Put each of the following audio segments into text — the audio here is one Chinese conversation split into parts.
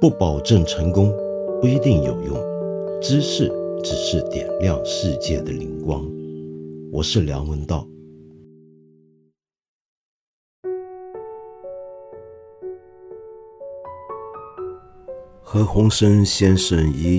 不保证成功，不一定有用。知识只是点亮世界的灵光。我是梁文道。何鸿燊先生以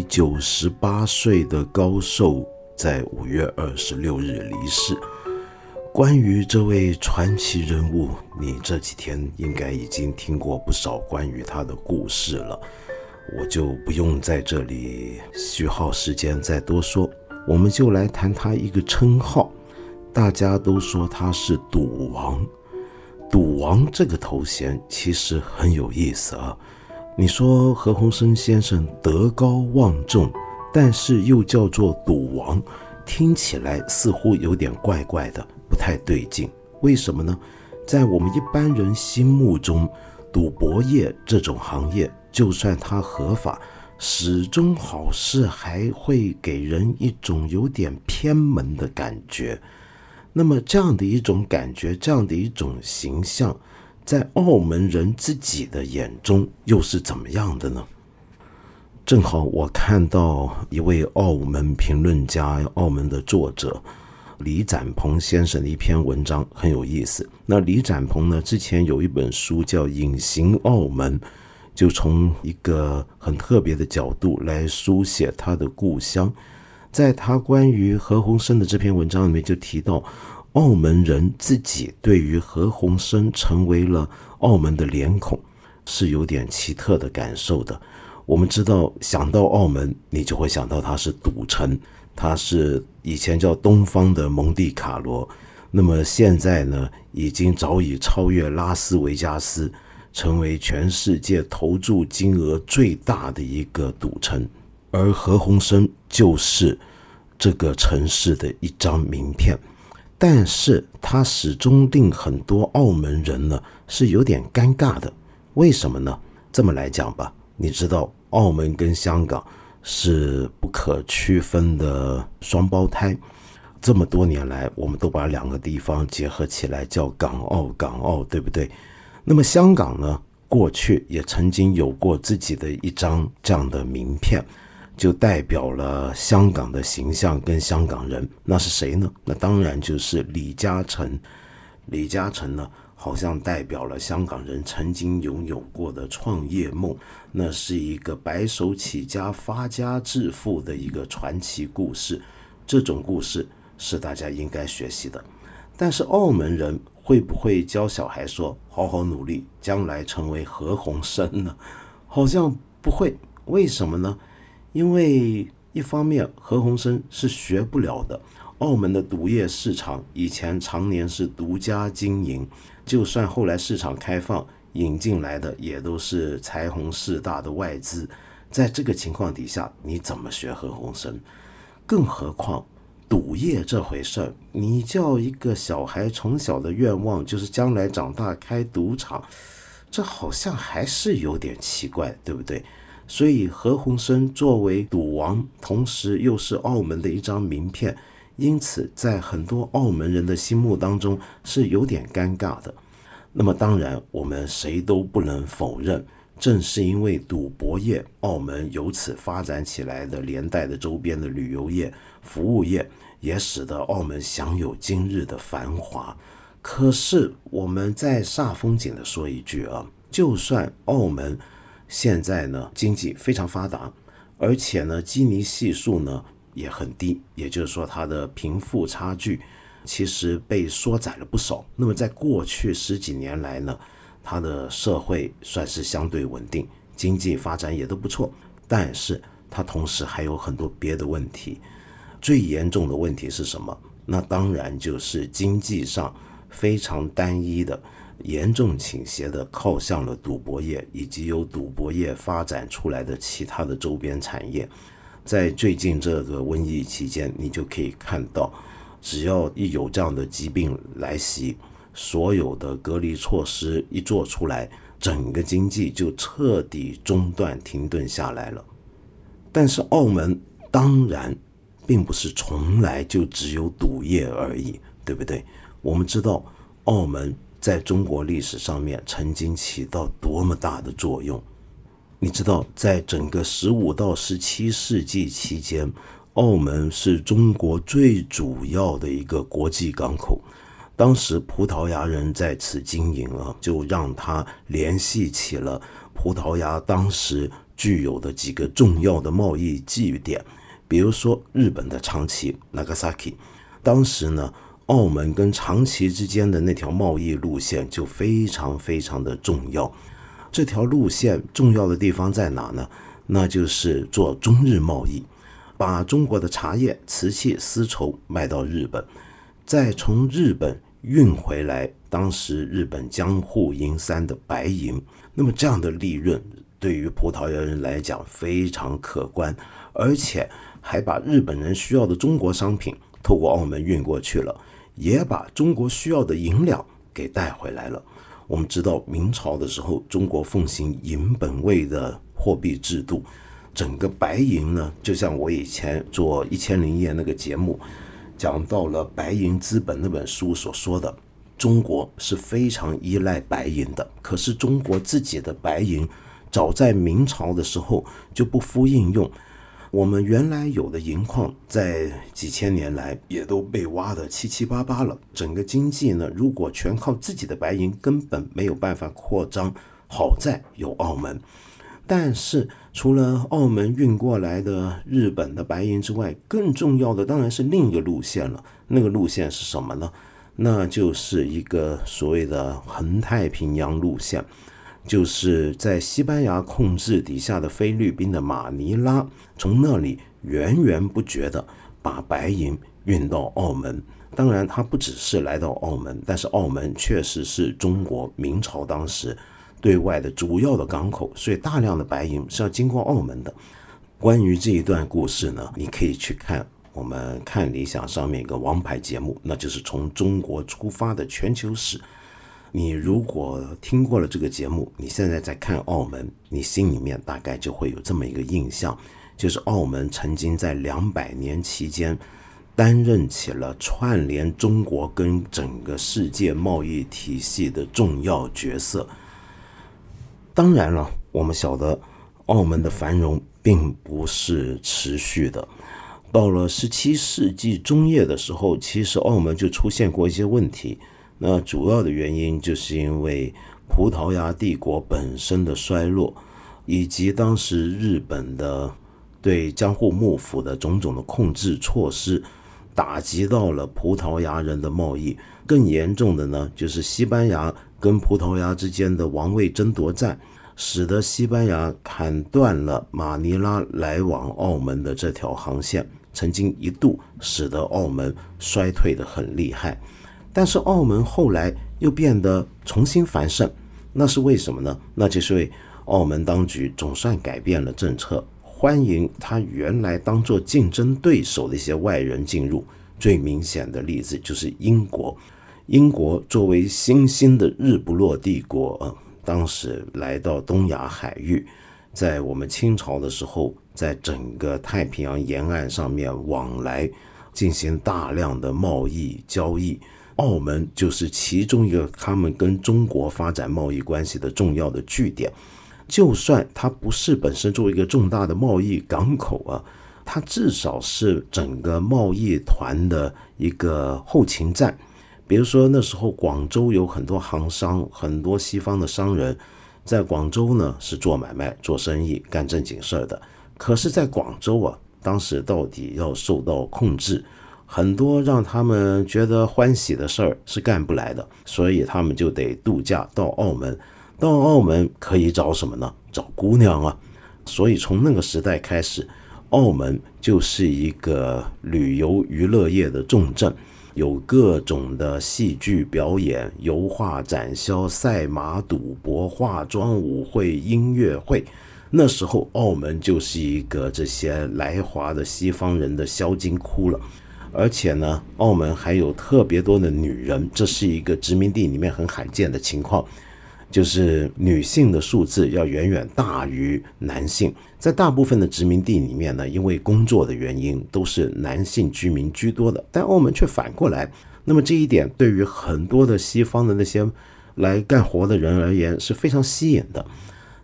98岁的高寿在5月26日离世。关于这位传奇人物，你这几天应该已经听过不少关于他的故事了，我就不用在这里虚耗时间再多说，我们就来谈他一个称号。大家都说他是赌王。赌王这个头衔其实很有意思啊。你说何鸿燊先生德高望重，但是又叫做赌王，听起来似乎有点怪怪的，不太对劲。为什么呢？在我们一般人心目中，赌博业这种行业，就算它合法，始终好似还会给人一种有点偏门的感觉。那么这样的一种感觉，这样的一种形象，在澳门人自己的眼中又是怎么样的呢？正好我看到一位澳门评论家，澳门的作者李展鹏先生的一篇文章，很有意思。那李展鹏呢，之前有一本书叫《隐形澳门》，就从一个很特别的角度来书写他的故乡。在他关于何鸿燊的这篇文章里面就提到，澳门人自己对于何鸿燊成为了澳门的脸孔是有点奇特的感受的。我们知道想到澳门，你就会想到它是赌城，它是以前叫东方的蒙地卡罗，那么现在呢，已经早已超越拉斯维加斯，成为全世界投注金额最大的一个赌城。而何鸿燊就是这个城市的一张名片，但是他始终令很多澳门人呢是有点尴尬的。为什么呢？这么来讲吧，你知道澳门跟香港是不可区分的双胞胎，这么多年来我们都把两个地方结合起来叫港澳，对不对？那么香港呢，过去也曾经有过自己的一张这样的名片，就代表了香港的形象跟香港人。那是谁呢？那当然就是李嘉诚。李嘉诚呢，好像代表了香港人曾经拥有过的创业梦，那是一个白手起家发家致富的一个传奇故事，这种故事是大家应该学习的。但是澳门人会不会教小孩说好好努力，将来成为何鸿燊呢？好像不会。为什么呢？因为一方面何鸿燊是学不了的，澳门的赌业市场以前常年是独家经营，就算后来市场开放，引进来的也都是财宏势大的外资。在这个情况底下，你怎么学何鸿燊？更何况赌业这回事儿，你叫一个小孩从小的愿望就是将来长大开赌场，这好像还是有点奇怪，对不对？所以何鸿燊作为赌王，同时又是澳门的一张名片，因此在很多澳门人的心目当中是有点尴尬的。那么当然我们谁都不能否认，正是因为赌博业，澳门由此发展起来的连带的周边的旅游业、服务业，也使得澳门享有今日的繁华。可是我们再煞风景的说一句啊，就算澳门现在呢经济非常发达，而且呢基尼系数呢也很低，也就是说它的贫富差距其实被缩窄了不少。那么在过去10几年来呢，它的社会算是相对稳定，经济发展也都不错，但是它同时还有很多别的问题。最严重的问题是什么？那当然就是经济上非常单一的，严重倾斜的靠向了赌博业，以及由赌博业发展出来的其他的周边产业。在最近这个瘟疫期间，你就可以看到，只要一有这样的疾病来袭，所有的隔离措施一做出来，整个经济就彻底中断停顿下来了。但是澳门当然并不是从来就只有赌业而已，对不对？我们知道澳门在中国历史上面曾经起到多么大的作用。 你知道，在整个15到17世纪期间，澳门是中国最主要的一个国际港口。当时葡萄牙人在此经营就让他联系起了葡萄牙当时具有的几个重要的贸易据点，比如说日本的长崎 Nagasaki。 当时呢，澳门跟长崎之间的那条贸易路线就非常非常的重要。这条路线重要的地方在哪呢？那就是做中日贸易，把中国的茶叶、瓷器、丝绸卖到日本，再从日本运回来当时日本江户银山的白银。那么这样的利润对于葡萄牙人来讲非常可观，而且还把日本人需要的中国商品透过澳门运过去了，也把中国需要的银两给带回来了。我们知道明朝的时候，中国奉行银本位的货币制度，整个白银呢，就像我以前做1001夜那个节目讲到了《白银资本》那本书所说的，中国是非常依赖白银的。可是中国自己的白银早在明朝的时候就不敷应用，我们原来有的银矿在几千年来也都被挖得七七八八了。整个经济呢，如果全靠自己的白银，根本没有办法扩张。好在有澳门，但是除了澳门运过来的日本的白银之外，更重要的当然是另一个路线了。那个路线是什么呢？那就是一个所谓的横太平洋路线，就是在西班牙控制底下的菲律宾的马尼拉，从那里源源不绝的把白银运到澳门。当然它不只是来到澳门，但是澳门确实是中国明朝当时对外的主要的港口，所以大量的白银是要经过澳门的。关于这一段故事呢，你可以去看我们看理想上面一个王牌节目，那就是从中国出发的全球史。你如果听过了这个节目，你现在在看澳门，你心里面大概就会有这么一个印象，就是澳门曾经在200年期间担任起了串联中国跟整个世界贸易体系的重要角色。当然了，我们晓得澳门的繁荣并不是持续的。到了17世纪中叶的时候，其实澳门就出现过一些问题。那主要的原因就是因为葡萄牙帝国本身的衰落，以及当时日本的对江户幕府的种种的控制措施，打击到了葡萄牙人的贸易。更严重的呢，就是西班牙跟葡萄牙之间的王位争夺战，使得西班牙砍断了马尼拉来往澳门的这条航线，曾经一度使得澳门衰退得很厉害。但是澳门后来又变得重新繁盛，那是为什么呢？那就是因为澳门当局总算改变了政策，欢迎他原来当作竞争对手的一些外人进入。最明显的例子就是英国。英国作为新兴的日不落帝国，当时来到东亚海域，在我们清朝的时候，在整个太平洋沿岸上面往来，进行大量的贸易交易。澳门就是其中一个他们跟中国发展贸易关系的重要的据点。就算它不是本身作为一个重大的贸易港口它至少是整个贸易团的一个后勤站。比如说那时候广州有很多行商，很多西方的商人在广州呢是做买卖做生意干正经事的。可是在广州当时到底要受到控制，很多让他们觉得欢喜的事儿是干不来的，所以他们就得度假到澳门。到澳门可以找什么呢？找姑娘所以从那个时代开始，澳门就是一个旅游娱乐业的重镇，有各种的戏剧表演、油画展销、赛马、赌博、化妆舞会、音乐会。那时候澳门就是一个这些来华的西方人的销金窟了。而且呢，澳门还有特别多的女人，这是一个殖民地里面很罕见的情况，就是女性的数字要远远大于男性。在大部分的殖民地里面呢，因为工作的原因都是男性居民居多的，但澳门却反过来。那么这一点对于很多的西方的那些来干活的人而言是非常吸引的。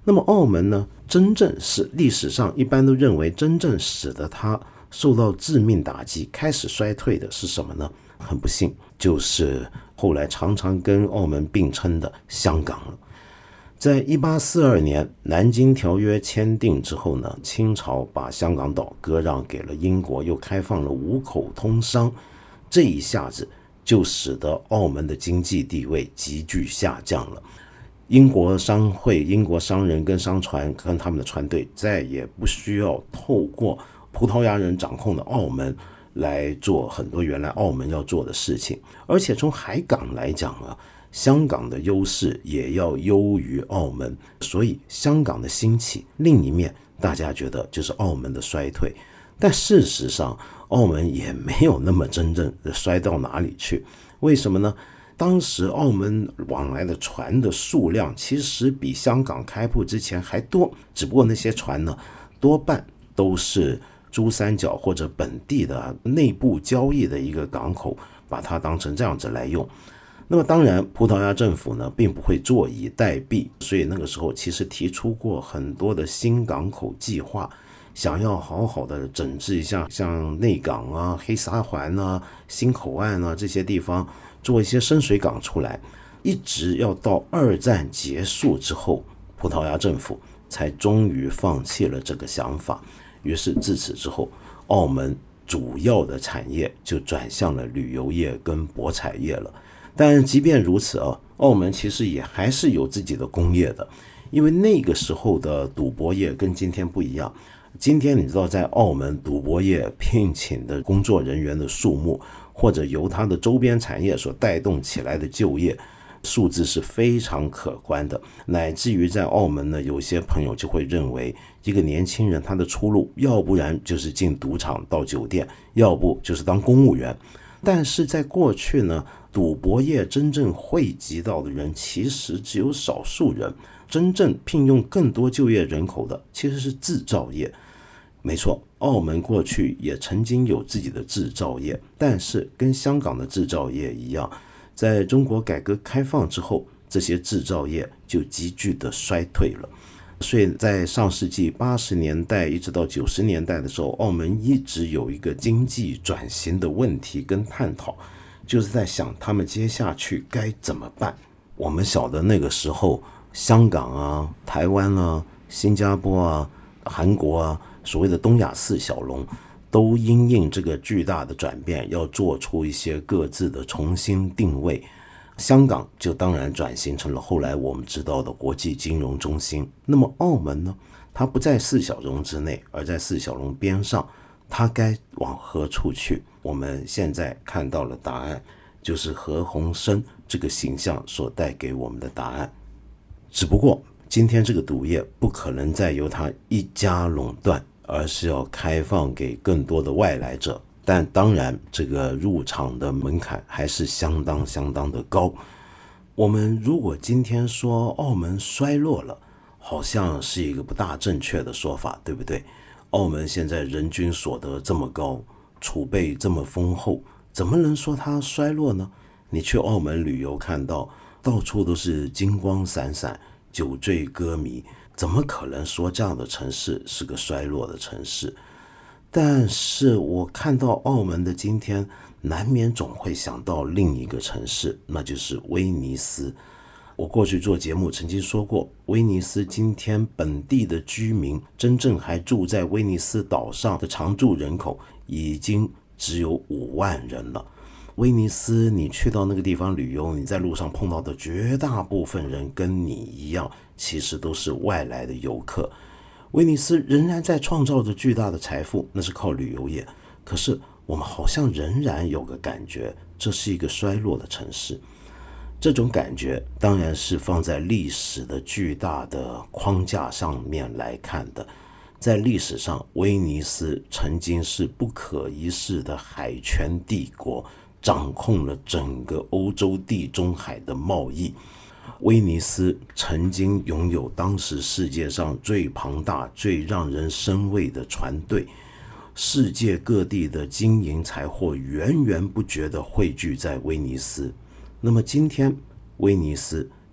那么澳门呢，真正是历史上一般都认为真正使得它受到致命打击开始衰退的是什么呢？很不幸，就是后来常常跟澳门并称的香港了。在1842年南京条约签订之后呢，清朝把香港岛割让给了英国，又开放了五口通商，这一下子就使得澳门的经济地位急剧下降了。英国商会、英国商人跟商船跟他们的船队再也不需要透过葡萄牙人掌控的澳门来做很多原来澳门要做的事情，而且从海港来讲啊，香港的优势也要优于澳门，所以香港的兴起，另一面大家觉得就是澳门的衰退。但事实上，澳门也没有那么真正的衰到哪里去。为什么呢？当时澳门往来的船的数量其实比香港开埠之前还多，只不过那些船呢，多半都是珠三角或者本地的内部交易的一个港口，把它当成这样子来用。那么当然葡萄牙政府呢并不会坐以待毙，所以那个时候其实提出过很多的新港口计划，想要好好的整治一下像内港啊、黑沙环啊、新口岸啊这些地方，做一些深水港出来，一直要到二战结束之后，葡萄牙政府才终于放弃了这个想法。于是自此之后，澳门主要的产业就转向了旅游业跟博彩业了。但即便如此啊，澳门其实也还是有自己的工业的，因为那个时候的赌博业跟今天不一样。今天你知道，在澳门赌博业聘请的工作人员的数目，或者由它的周边产业所带动起来的就业数字是非常可观的，乃至于在澳门呢，有些朋友就会认为，一个年轻人他的出路，要不然就是进赌场到酒店，要不就是当公务员。但是在过去呢，赌博业真正汇集到的人其实只有少数人，真正聘用更多就业人口的其实是制造业。没错，澳门过去也曾经有自己的制造业，但是跟香港的制造业一样，在中国改革开放之后，这些制造业就急剧的衰退了。所以在上世纪80年代一直到90年代的时候，澳门一直有一个经济转型的问题跟探讨，就是在想他们接下去该怎么办。我们晓得那个时候，香港啊、台湾啊、新加坡啊、韩国啊，所谓的东亚四小龙，都因应这个巨大的转变，要做出一些各自的重新定位。香港就当然转型成了后来我们知道的国际金融中心。那么澳门呢，它不在四小龙之内，而在四小龙边上，它该往何处去？我们现在看到了答案，就是何鸿燊这个形象所带给我们的答案。只不过今天这个赌业不可能再由他一家垄断，而是要开放给更多的外来者。但当然这个入场的门槛还是相当的高。我们如果今天说澳门衰落了，好像是一个不大正确的说法，对不对？澳门现在人均所得这么高，储备这么丰厚，怎么能说它衰落呢？你去澳门旅游看到到处都是金光闪闪、酒醉歌迷，怎么可能说这样的城市是个衰落的城市？但是我看到澳门的今天，难免总会想到另一个城市，那就是威尼斯。我过去做节目曾经说过，威尼斯今天本地的居民，真正还住在威尼斯岛上的常住人口已经只有5万人了。威尼斯你去到那个地方旅游，你在路上碰到的绝大部分人跟你一样，其实都是外来的游客。威尼斯仍然在创造着巨大的财富，那是靠旅游业。可是我们好像仍然有个感觉，这是一个衰落的城市。这种感觉当然是放在历史的巨大的框架上面来看的。在历史上，威尼斯曾经是不可一世的海权帝国，掌控了整个欧洲地中海的贸易。威尼斯曾经拥有当时世界上最庞大、最让人生畏的船队，世界各地的金银财货源源不绝地汇聚在威尼斯。那么今天，威尼斯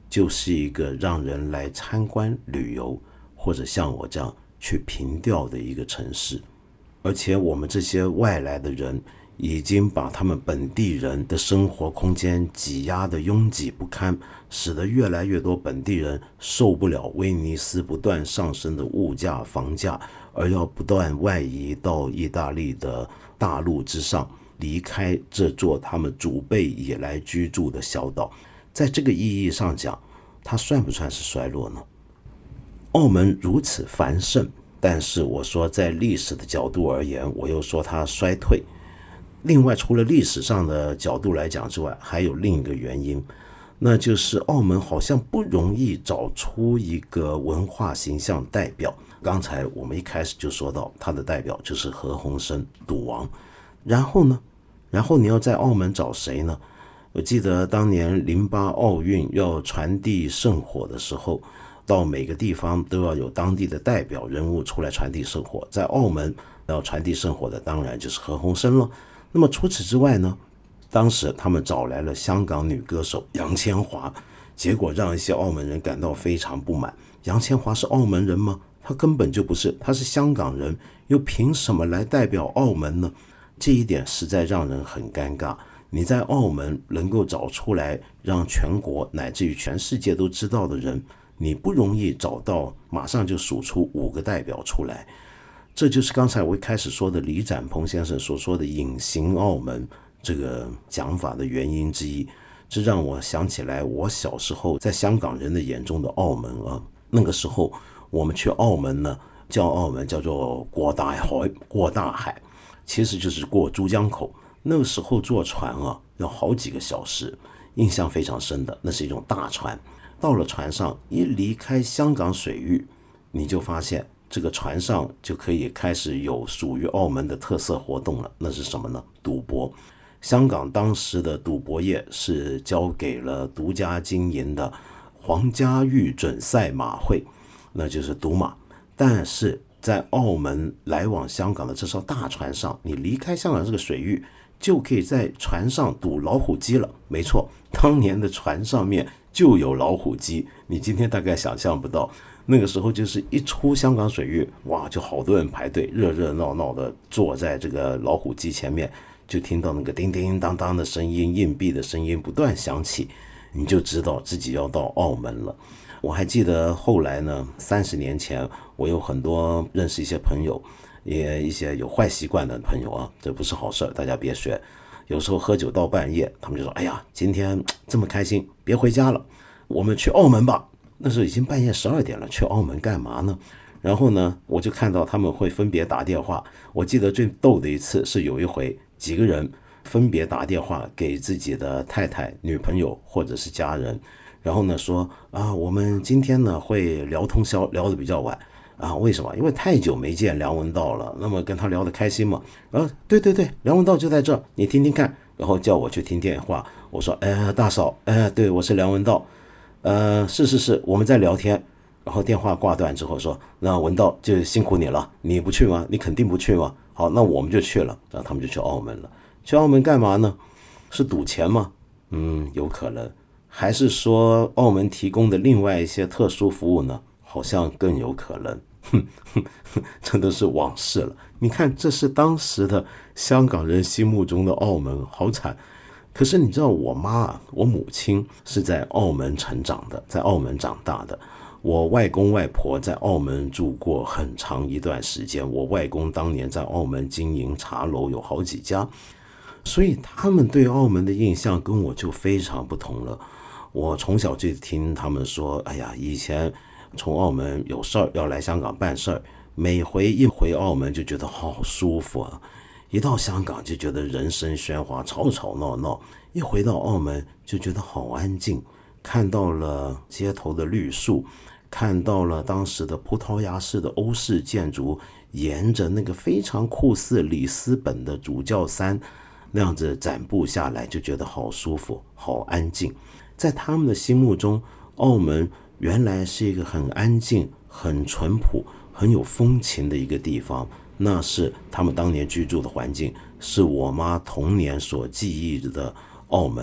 就是一个让人来参观旅游，或者像我这样去凭吊的一个城市。而且我们这些外来的人已经把他们本地人的生活空间挤压得拥挤不堪，使得越来越多本地人受不了威尼斯不断上升的物价房价，而要不断外移到意大利的大陆之上，离开这座他们祖辈以来居住的小岛。在这个意义上讲，它算不算是衰落呢？澳门如此繁盛，但是我说在历史的角度而言，我又说它衰退。另外，除了历史上的角度来讲之外，还有另一个原因，那就是澳门好像不容易找出一个文化形象代表。刚才我们一开始就说到，它的代表就是何鸿燊赌王。然后呢？然后你要在澳门找谁呢？我记得当年08奥运要传递圣火的时候，到每个地方都要有当地的代表人物出来传递圣火。在澳门要传递圣火的当然就是何鸿燊了。那么除此之外呢，当时他们找来了香港女歌手杨千嬅，结果让一些澳门人感到非常不满。杨千嬅是澳门人吗？她根本就不是，她是香港人，又凭什么来代表澳门呢？这一点实在让人很尴尬。你在澳门能够找出来让全国乃至于全世界都知道的人，你不容易找到马上就数出5个代表出来。这就是刚才我一开始说的李展鹏先生所说的隐形澳门这个讲法的原因之一。这让我想起来我小时候在香港人的眼中的澳门啊，那个时候我们去澳门呢，叫澳门叫做过大海，其实就是过珠江口。那个时候坐船啊要好几个小时，印象非常深的，那是一种大船。到了船上，一离开香港水域，你就发现这个船上就可以开始有属于澳门的特色活动了。那是什么呢？赌博。香港当时的赌博业是交给了独家经营的皇家御准赛马会，那就是赌马。但是在澳门来往香港的这艘大船上，你离开香港这个水域，就可以在船上赌老虎机了。没错，当年的船上面就有老虎机，你今天大概想象不到。那个时候就是一出香港水域，哇，就好多人排队，热热闹闹的坐在这个老虎机前面，就听到那个叮叮当当的声音，硬币的声音不断响起，你就知道自己要到澳门了。我还记得后来呢，30年前，我有很多认识一些朋友，也一些有坏习惯的朋友啊，这不是好事，大家别学。有时候喝酒到半夜，他们就说：“哎呀，今天这么开心，别回家了，我们去澳门吧。”那时候已经半夜12点了，去澳门干嘛呢？然后呢，我就看到他们会分别打电话。我记得最逗的一次是有一回，几个人分别打电话给自己的太太、女朋友或者是家人，然后呢说啊，我们今天呢会聊通宵，聊得比较晚啊。为什么？因为太久没见梁文道了，那么跟他聊得开心嘛。对，梁文道就在这，你听听看。然后叫我去听电话，我说大嫂，对，我是梁文道。是，我们在聊天。然后电话挂断之后说，那文道就辛苦你了，你不去吗？你肯定不去吗？好，那我们就去了。然后他们就去澳门了。去澳门干嘛呢？是赌钱吗？有可能。还是说澳门提供的另外一些特殊服务呢？好像更有可能。这都是往事了。你看，这是当时的香港人心目中的澳门，好惨。可是你知道我妈，我母亲是在澳门成长的，在澳门长大的。我外公外婆在澳门住过很长一段时间，我外公当年在澳门经营茶楼有好几家，所以他们对澳门的印象跟我就非常不同了。我从小就听他们说，哎呀，以前从澳门有事儿要来香港办事儿，每回一回澳门就觉得好舒服啊，一到香港就觉得人声喧哗，吵吵闹闹，一回到澳门就觉得好安静，看到了街头的绿树，看到了当时的葡萄牙式的欧式建筑，沿着那个非常酷似里斯本的主教山那样子展步下来，就觉得好舒服，好安静。在他们的心目中，澳门原来是一个很安静、很淳朴、很有风情的一个地方，那是他们当年居住的环境，是我妈童年所记忆的澳门。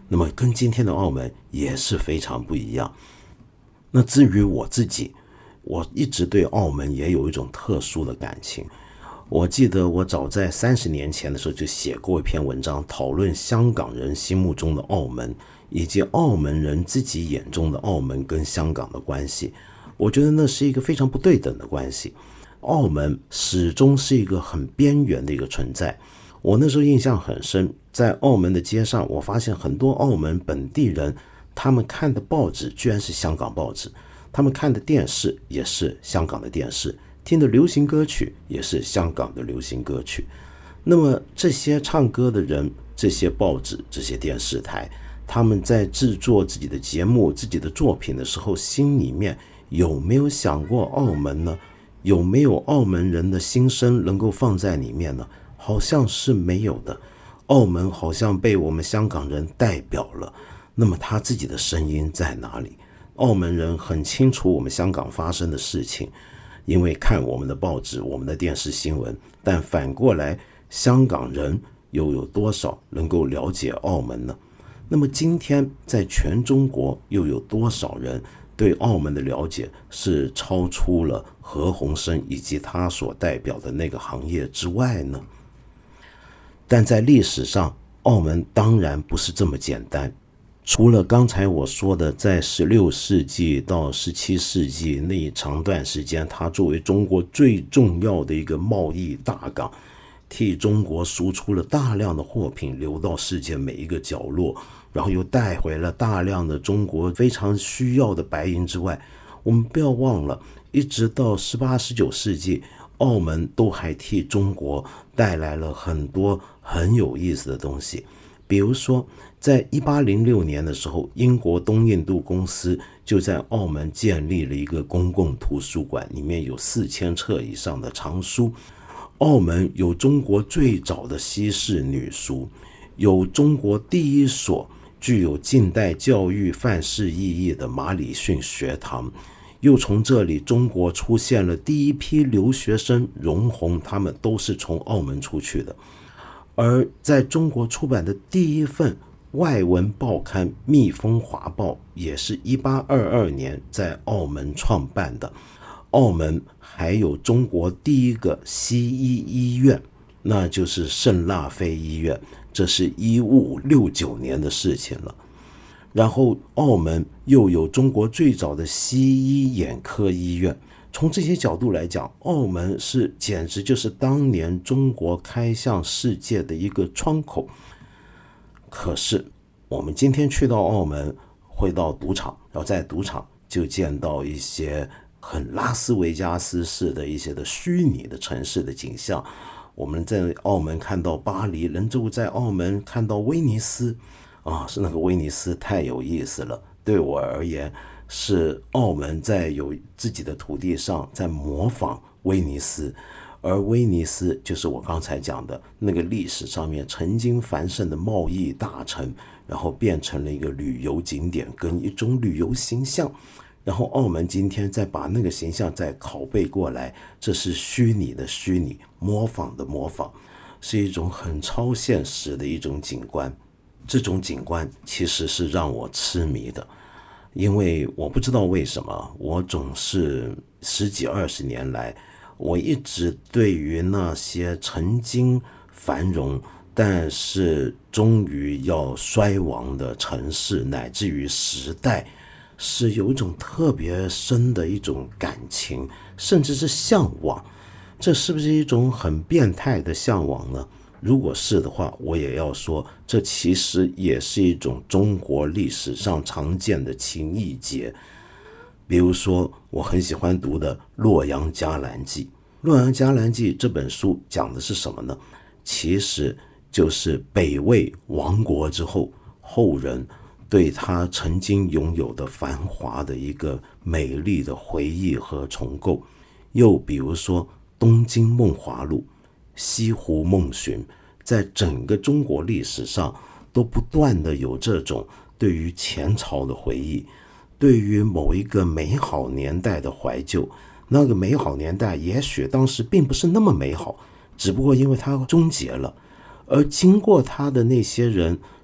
那么跟今天的澳门也是非常不一样。那至于我自己，我一直对澳门也有一种特殊的感情。我记得我早在30年前的时候就写过一篇文章，讨论香港人心目中的澳门，以及澳门人自己眼中的澳门跟香港的关系。我觉得那是一个非常不对等的关系。澳门始终是一个很边缘的一个存在。我那时候印象很深，在澳门的街上，我发现很多澳门本地人，他们看的报纸居然是香港报纸，他们看的电视也是香港的电视，听的流行歌曲也是香港的流行歌曲。那么这些唱歌的人，这些报纸，这些电视台，他们在制作自己的节目、自己的作品的时候，心里面有没有想过澳门呢？有没有澳门人的心声能够放在里面呢？好像是没有的。澳门好像被我们香港人代表了，那么他自己的声音在哪里？澳门人很清楚我们香港发生的事情，因为看我们的报纸、我们的电视新闻，但反过来，香港人又有多少能够了解澳门呢？那么今天在全中国又有多少人对澳门的了解是超出了何鸿燊以及他所代表的那个行业之外呢？但在历史上，澳门当然不是这么简单。除了刚才我说的在16世纪到17世纪那一长段时间，它作为中国最重要的一个贸易大港，替中国输出了大量的货品流到世界每一个角落，然后又带回了大量的中国非常需要的白银之外，我们不要忘了，一直到18、19世纪，澳门都还替中国带来了很多很有意思的东西。比如说在1806年的时候，英国东印度公司就在澳门建立了一个公共图书馆，里面有4000册以上的藏书。澳门有中国最早的西式女塾，有中国第一所具有近代教育范式意义的马礼逊学堂，又从这里中国出现了第一批留学生，容闳他们都是从澳门出去的。而在中国出版的第一份外文报刊《蜜蜂华报》也是1822年在澳门创办的。澳门还有中国第一个西医医院，那就是圣纳菲医院，这是1569年的事情了。然后澳门又有中国最早的西医眼科医院。从这些角度来讲，澳门是简直就是当年中国开向世界的一个窗口。可是我们今天去到澳门，会到赌场，然后在赌场就见到一些很拉斯维加斯式的一些的虚拟的城市的景象。我们在澳门看到巴黎，人就在澳门看到威尼斯是那个威尼斯太有意思了。对我而言，是澳门在有自己的土地上在模仿威尼斯，而威尼斯就是我刚才讲的那个历史上面曾经繁盛的贸易大城，然后变成了一个旅游景点跟一种旅游形象。然后澳门今天再把那个形象再拷贝过来，这是虚拟的虚拟，模仿的模仿，是一种很超现实的一种景观。这种景观其实是让我痴迷的，因为我不知道为什么，我总是10几20年来，我一直对于那些曾经繁荣但是终于要衰亡的城市乃至于时代，是有一种特别深的一种感情，甚至是向往。这是不是一种很变态的向往呢？如果是的话，我也要说，这其实也是一种中国历史上常见的情谊结。比如说我很喜欢读的《洛阳伽蓝记》。《洛阳伽蓝记》这本书讲的是什么呢？其实就是北魏亡国之后，后人对他曾经拥有的繁华的一个美丽的回忆和重构。又比如说《东京梦华录》、西湖梦寻，在整个中国历史上都不断的有这种对于前朝的回忆，对于某一个美好年代的怀旧。那个美好年代也许当时并不是那么美好，只不过因为它终结了，而经过它的那些人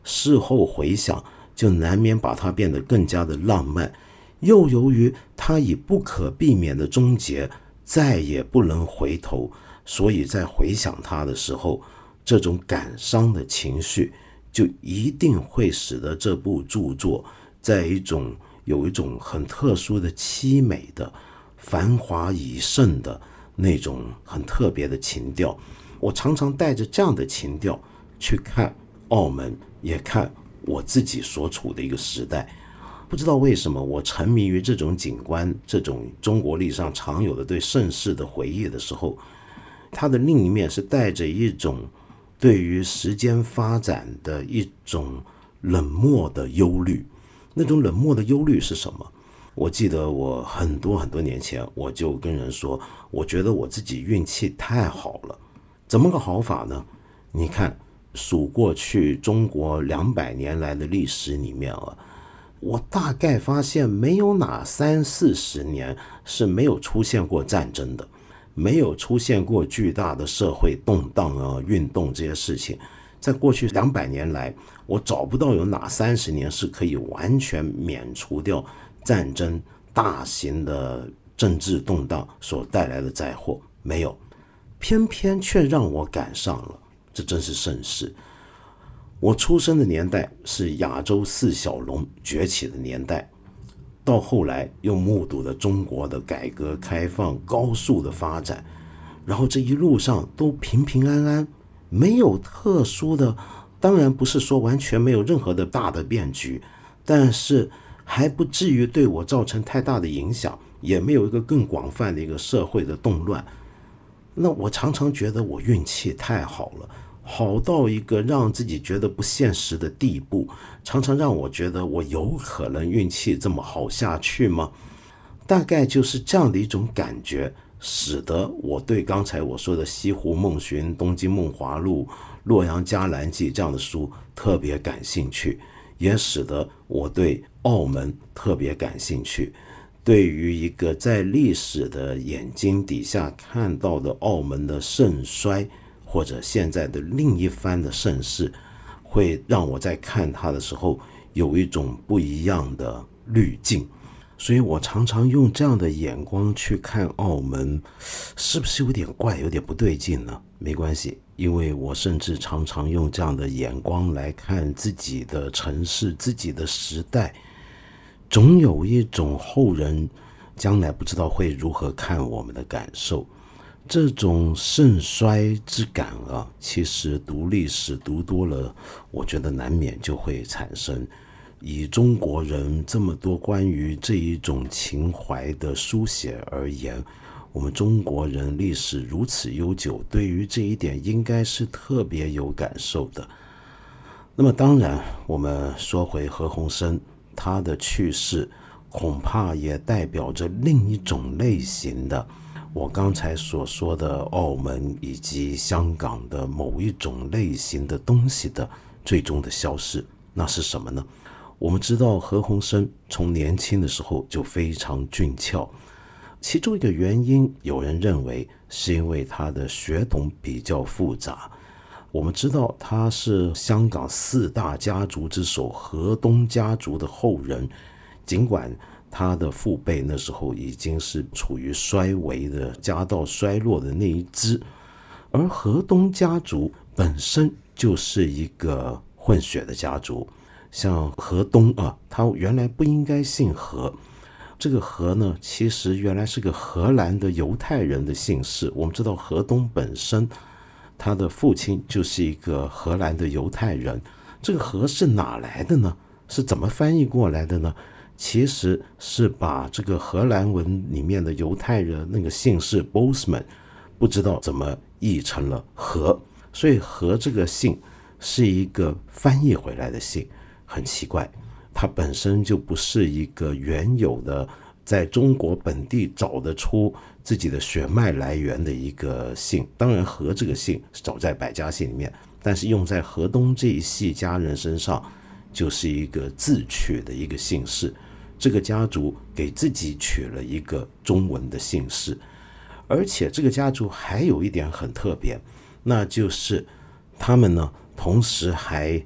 事后回想就难免把它变得更加的浪漫，又由于它已不可避免的终结，再也不能回头，所以在回想它的时候，这种感伤的情绪就一定会使得这部著作在有一种很特殊的凄美的繁华已盛的那种很特别的情调。我常常带着这样的情调去看澳门，也看我自己所处的一个时代。不知道为什么我沉迷于这种景观，这种中国历史上常有的对盛世的回忆的时候，它的另一面是带着一种对于时间发展的一种冷漠的忧虑。那种冷漠的忧虑是什么？我记得我很多年前我就跟人说，我觉得我自己运气太好了。怎么个好法呢？你看数过去中国200年来的历史里面我大概发现没有哪30-40年是没有出现过战争的，没有出现过巨大的社会动荡运动这些事情。在过去200年来，我找不到有哪30年是可以完全免除掉战争、大型的政治动荡所带来的灾祸，没有，偏偏却让我赶上了，这真是盛世。我出生的年代是亚洲4小龙崛起的年代，到后来又目睹了中国的改革开放高速的发展，然后这一路上都平平安安，没有特殊的，当然不是说完全没有任何的大的变局，但是还不至于对我造成太大的影响，也没有一个更广泛的一个社会的动乱。那我常常觉得我运气太好了，好到一个让自己觉得不现实的地步，常常让我觉得我有可能运气这么好下去吗？大概就是这样的一种感觉，使得我对刚才我说的《西湖梦寻》《东京梦华录》《洛阳伽蓝记》这样的书特别感兴趣，也使得我对澳门特别感兴趣。对于一个在历史的眼睛底下看到的澳门的盛衰，或者现在的另一番的盛世，会让我在看它的时候有一种不一样的滤镜。所以我常常用这样的眼光去看澳门，是不是有点怪，有点不对劲呢？没关系，因为我甚至常常用这样的眼光来看自己的城市、自己的时代，总有一种后人将来不知道会如何看我们的感受。这种盛衰之感其实读历史读多了，我觉得难免就会产生。以中国人这么多关于这一种情怀的书写而言，我们中国人历史如此悠久，对于这一点应该是特别有感受的。那么当然，我们说回何鸿燊，他的去世恐怕也代表着另一种类型的，我刚才所说的澳门以及香港的某一种类型的东西的最终的消失。那是什么呢？我们知道何鸿燊从年轻的时候就非常俊俏，其中一个原因，有人认为是因为他的血统比较复杂。我们知道他是香港4大家族之首何东家族的后人，尽管他的父辈那时候已经是处于衰微的家道衰落的那一支，而何东家族本身就是一个混血的家族。像何东他原来不应该姓何，这个何呢，其实原来是个荷兰的犹太人的姓氏。我们知道何东本身他的父亲就是一个荷兰的犹太人，这个何是哪来的呢？是怎么翻译过来的呢？其实是把这个荷兰文里面的犹太人那个姓氏 Bosman 不知道怎么译成了何，所以何这个姓是一个翻译回来的姓，很奇怪，它本身就不是一个原有的在中国本地找得出自己的血脉来源的一个姓。当然何这个姓是找在百家姓里面，但是用在河东这一系家人身上就是一个自取的一个姓氏，这个家族给自己取了一个中文的姓氏。而且这个家族还有一点很特别，那就是他们呢同时还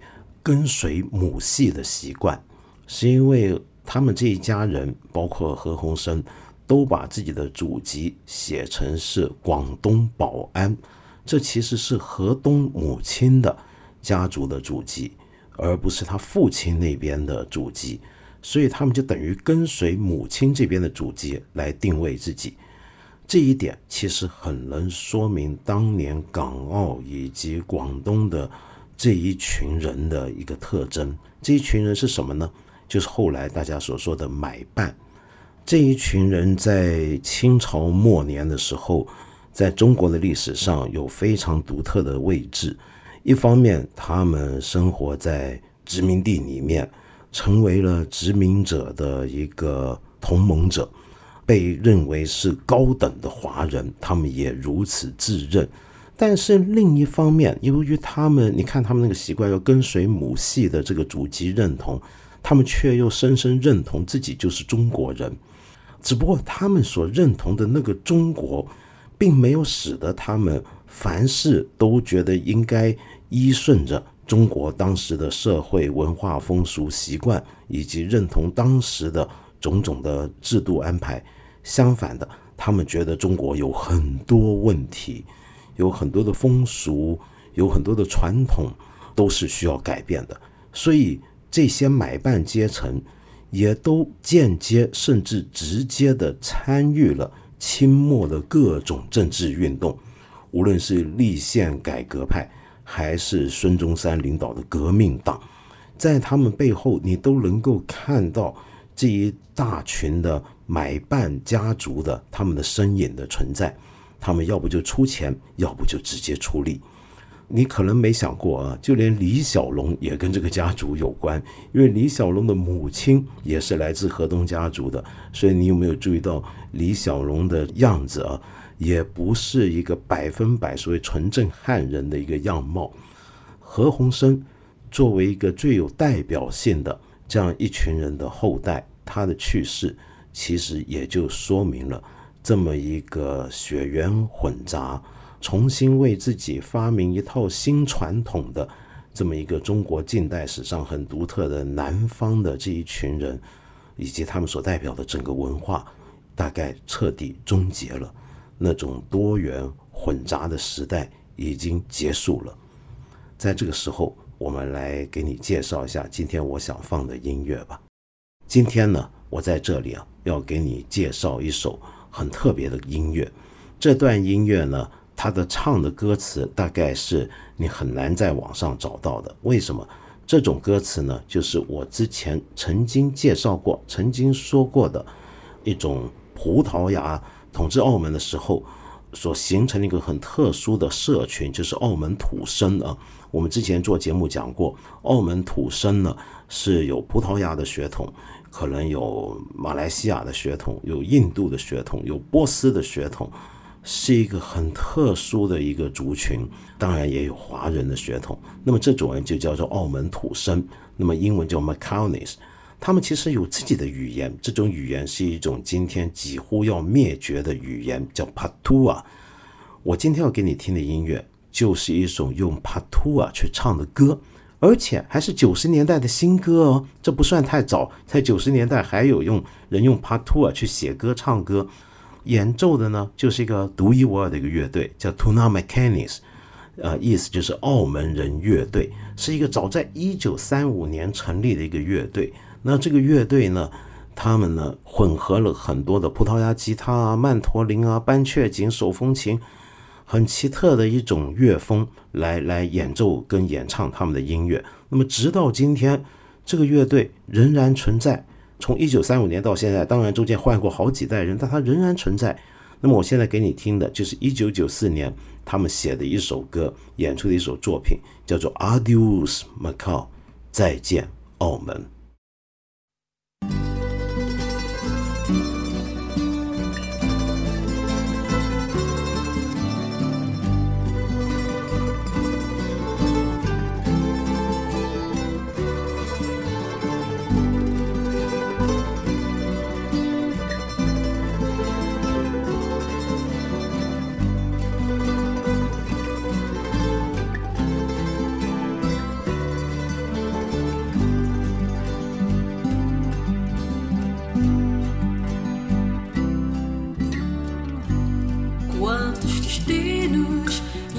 跟随母系的习惯，是因为他们这一家人，包括何鸿燊，都把自己的祖籍写成是广东宝安，这其实是河东母亲的家族的祖籍，而不是他父亲那边的祖籍，所以他们就等于跟随母亲这边的祖籍来定位自己。这一点其实很能说明当年港澳以及广东的这一群人的一个特征。这一群人是什么呢？就是后来大家所说的买办。这一群人在清朝末年的时候，在中国的历史上有非常独特的位置。一方面他们生活在殖民地里面，成为了殖民者的一个同盟者，被认为是高等的华人，他们也如此自认。但是另一方面，由于他们，你看他们那个习惯要跟随母系的这个祖籍认同，他们却又深深认同自己就是中国人。只不过他们所认同的那个中国，并没有使得他们凡事都觉得应该依顺着中国当时的社会文化风俗习惯，以及认同当时的种种的制度安排。相反的，他们觉得中国有很多问题，有很多的风俗，有很多的传统，都是需要改变的。所以这些买办阶层也都间接甚至直接的参与了清末的各种政治运动，无论是立宪改革派，还是孙中山领导的革命党，在他们背后你都能够看到这一大群的买办家族的他们的身影的存在。他们要不就出钱，要不就直接出力。你可能没想过啊，就连李小龙也跟这个家族有关，因为李小龙的母亲也是来自河东家族的，所以你有没有注意到李小龙的样子啊，也不是一个100%所谓纯正汉人的一个样貌。何鸿燊作为一个最有代表性的这样一群人的后代，他的去世其实也就说明了这么一个血缘混杂，重新为自己发明一套新传统的这么一个中国近代史上很独特的南方的这一群人，以及他们所代表的整个文化，大概彻底终结了。那种多元混杂的时代已经结束了。在这个时候，我们来给你介绍一下今天我想放的音乐吧。今天呢，我在这里要给你介绍一首很特别的音乐。这段音乐呢，它的唱的歌词大概是你很难在网上找到的。为什么？这种歌词呢，就是我之前曾经介绍过、曾经说过的一种葡萄牙统治澳门的时候所形成的一个很特殊的社群，就是澳门土生啊。我们之前做节目讲过，澳门土生呢是有葡萄牙的血统，可能有马来西亚的血统，有印度的血统，有波斯的血统，是一个很特殊的一个族群。当然也有华人的血统，那么这种人就叫做澳门土生，那么英文叫 Macaulay。 他们其实有自己的语言，这种语言是一种今天几乎要灭绝的语言，叫 Patois。 我今天要给你听的音乐就是一首用 Patois 去唱的歌，而且还是90年代的新歌哦，这不算太早，在90年代还有人用 Patois 去写歌唱歌。演奏的呢就是一个独一无二的一个乐队，叫 Tuna Macanis，意思就是澳门人乐队，是一个早在1935年成立的一个乐队。那这个乐队呢，他们呢混合了很多的葡萄牙吉他啊、曼陀林啊、班雀琴、手风琴，很奇特的一种乐风来演奏跟演唱他们的音乐。那么直到今天，这个乐队仍然存在，从1935年到现在，当然中间换过好几代人，但它仍然存在。那么我现在给你听的就是1994年他们写的一首歌，演出的一首作品，叫做 Adios Macau， 再见澳门。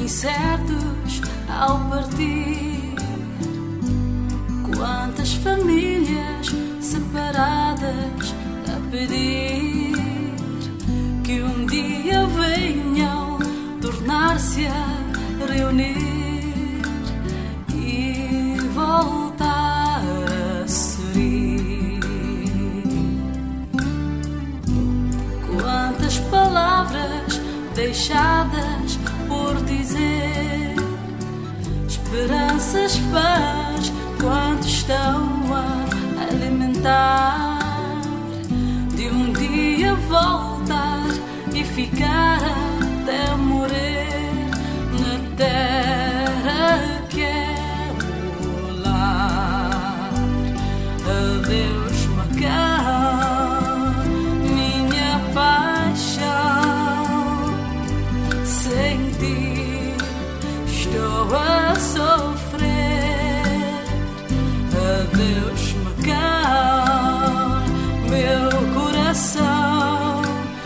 incertos ao partir. Quantas famílias separadas a pedir que um dia venham tornar-se a reunir e voltar a sorrir. Quantas palavras deixadas por dizer, esperanças, paz, quanto estão a alimentar, de um dia voltar e ficar até morrer na terra que é o lar. Adeus, Macau, minha paixão, sem ti estou a sofrer. Adeus, Macau, meu coração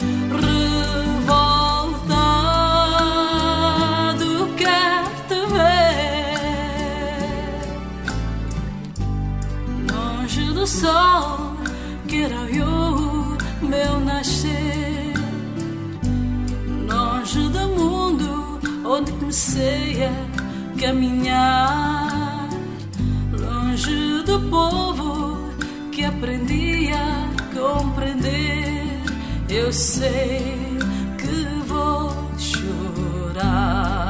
revoltado quer te ver. Longe do sol que era o meu nascer, longe do mundo onde comecei a caminhar, longe do povo que aprendi a compreender. Eu sei que vou chorar.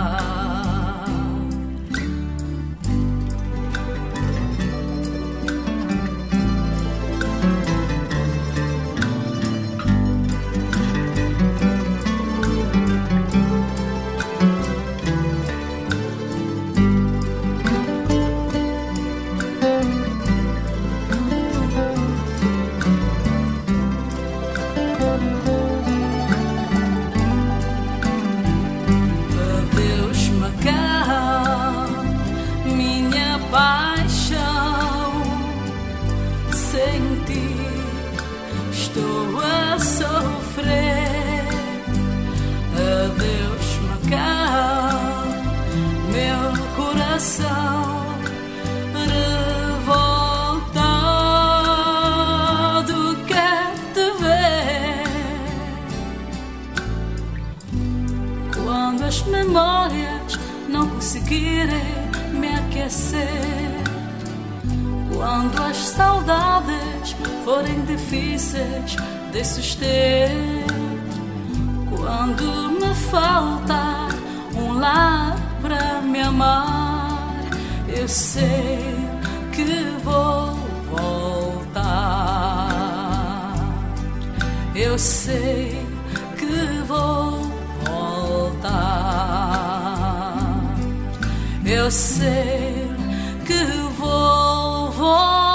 Sem ti estou a sofrer. Adeus, Macau, meu coração revoltado quer te ver. Quando as memórias não conseguirem me aquecer, quando as saudades forem difíceis de suster, quando me faltar um lar para me amar, eu sei que vou voltar. Eu sei que vou voltar. Eu sei que vou voltar.